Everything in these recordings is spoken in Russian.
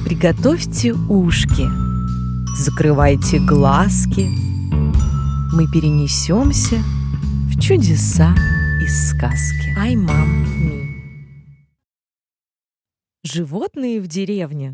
Приготовьте ушки, закрывайте глазки. Мы перенесемся в чудеса из сказки. Ай, мам, ми. Животные в деревне.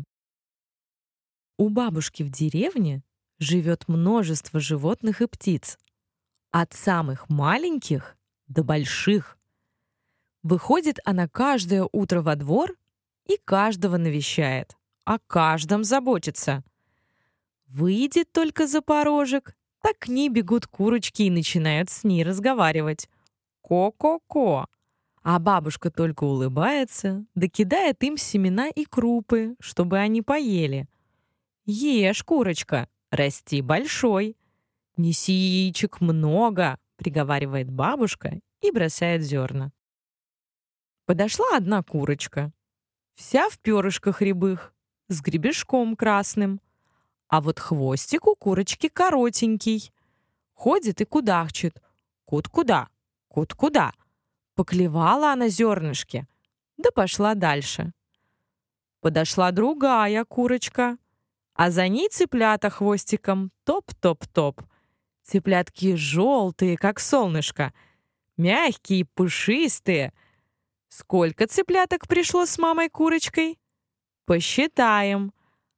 У бабушки в деревне живет множество животных и птиц, от самых маленьких до больших. Выходит она каждое утро во двор и каждого навещает, о каждом заботится. Выйдет только за порожек, так к ней бегут курочки и начинают с ней разговаривать. Ко-ко-ко. А бабушка только улыбается, да кидает им семена и крупы, чтобы они поели. Ешь, курочка, расти большой. Неси яичек много, приговаривает бабушка и бросает зерна. Подошла одна курочка, вся в перышках рябых, с гребешком красным. А вот хвостик у курочки коротенький. Ходит и кудахчет. Кут куда? Кут куда? Поклевала она зернышки, да пошла дальше. Подошла другая курочка, а за ней цыплята хвостиком топ-топ-топ. Цыплятки желтые, как солнышко, мягкие, пушистые. Сколько цыпляток пришло с мамой-курочкой? Посчитаем.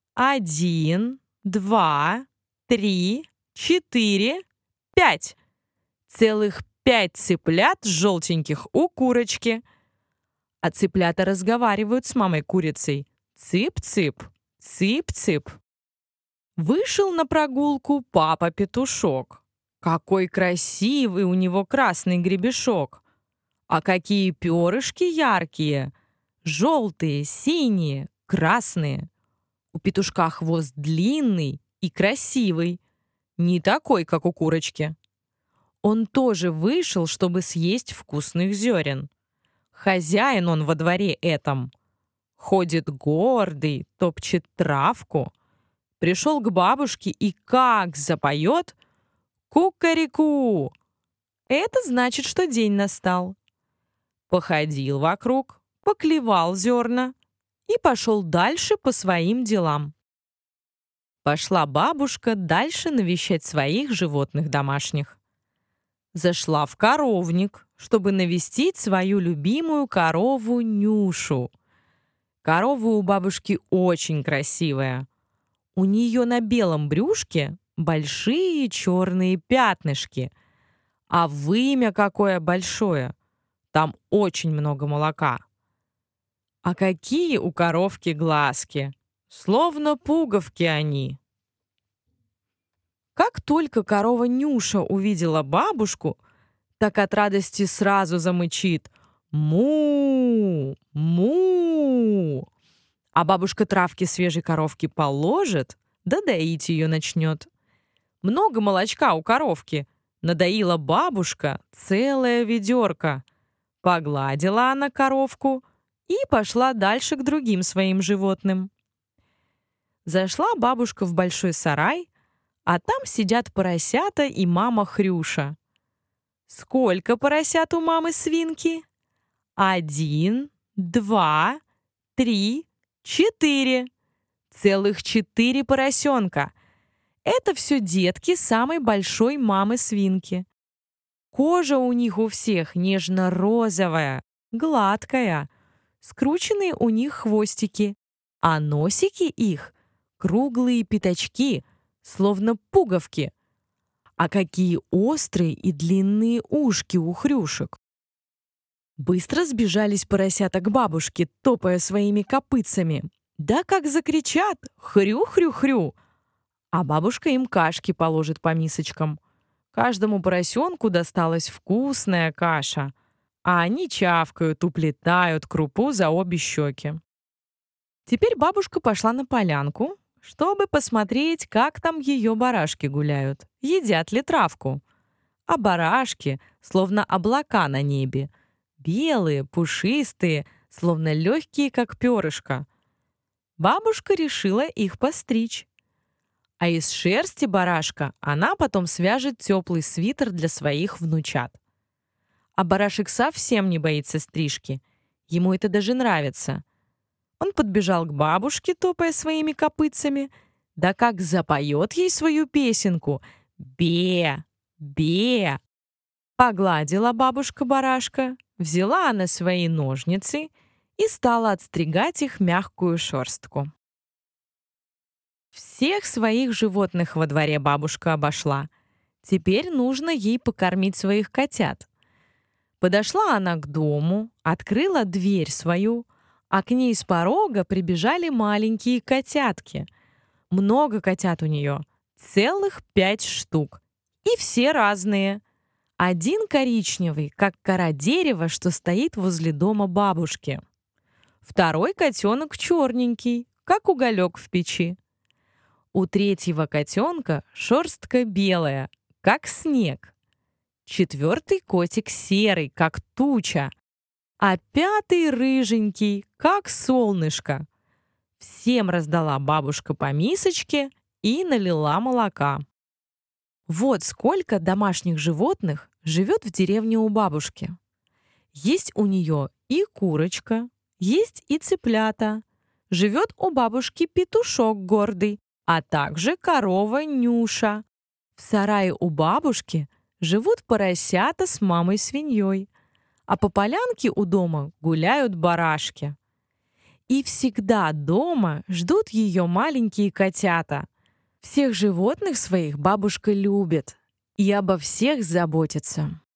1, 2, 3, 4, 5. Целых 5 цыплят желтеньких у курочки. А цыплята разговаривают с мамой-курицей. Цып-цып, цып-цып. Вышел на прогулку папа-петушок. Какой красивый у него красный гребешок. А какие перышки яркие. Желтые, синие, красные. У петушка хвост длинный и красивый. Не такой, как у курочки. Он тоже вышел, чтобы съесть вкусных зерен. Хозяин он во дворе этом. Ходит гордый, топчет травку. Пришел к бабушке и как запоет «Кукареку!». Это значит, что день настал. Походил вокруг, поклевал зерна и пошел дальше по своим делам. Пошла бабушка дальше навещать своих животных домашних. Зашла в коровник, чтобы навестить свою любимую корову Нюшу. Корова у бабушки очень красивая. У нее на белом брюшке большие черные пятнышки. А вымя какое большое! Там очень много молока. А какие у коровки глазки! Словно пуговки они. Как только корова Нюша увидела бабушку, так от радости сразу замычит «Му! Му!». А бабушка травки свежей коровке положит, да доить ее начнет. Много молочка у коровки. Надоила бабушка целое ведерко. Погладила она коровку и пошла дальше к другим своим животным. Зашла бабушка в большой сарай, а там сидят поросята и мама Хрюша. Сколько поросят у мамы свинки? 1, 2, 3, 4. Целых 4 поросенка. Это все детки самой большой мамы свинки. Кожа у них у всех нежно-розовая, гладкая. Скрученные у них хвостики, а носики их круглые пятачки, словно пуговки. А какие острые и длинные ушки у хрюшек. Быстро сбежались поросята к бабушке, топая своими копытцами. Да как закричат «Хрю-хрю-хрю!». А бабушка им кашки положит по мисочкам. Каждому поросенку досталась вкусная каша, а они чавкают, уплетают крупу за обе щеки. Теперь бабушка пошла на полянку, чтобы посмотреть, как там ее барашки гуляют, едят ли травку. А барашки, словно облака на небе, белые, пушистые, словно легкие, как перышко. Бабушка решила их постричь. А из шерсти барашка она потом свяжет теплый свитер для своих внучат. А барашек совсем не боится стрижки. Ему это даже нравится. Он подбежал к бабушке, топая своими копытцами, да как запоет ей свою песенку: «Бе! Бе!» Погладила бабушка барашка, взяла она свои ножницы и стала отстригать их мягкую шерстку. Всех своих животных во дворе бабушка обошла. Теперь нужно ей покормить своих котят. Подошла она к дому, открыла дверь свою, а к ней с порога прибежали маленькие котятки. Много котят у нее, целых 5 штук. И все разные. Один коричневый, как кора дерева, что стоит возле дома бабушки. Второй котенок черненький, как уголек в печи. У третьего котенка шерстка белая, как снег. Четвертый котик серый, как туча, а пятый рыженький, как солнышко. Всем раздала бабушка по мисочке и налила молока. Вот сколько домашних животных живет в деревне у бабушки. Есть у нее и курочка, есть и цыплята. Живет у бабушки петушок гордый, а также корова Нюша. В сарае у бабушки живут поросята с мамой-свиньей, а по полянке у дома гуляют барашки. И всегда дома ждут ее маленькие котята. Всех животных своих бабушка любит и обо всех заботится.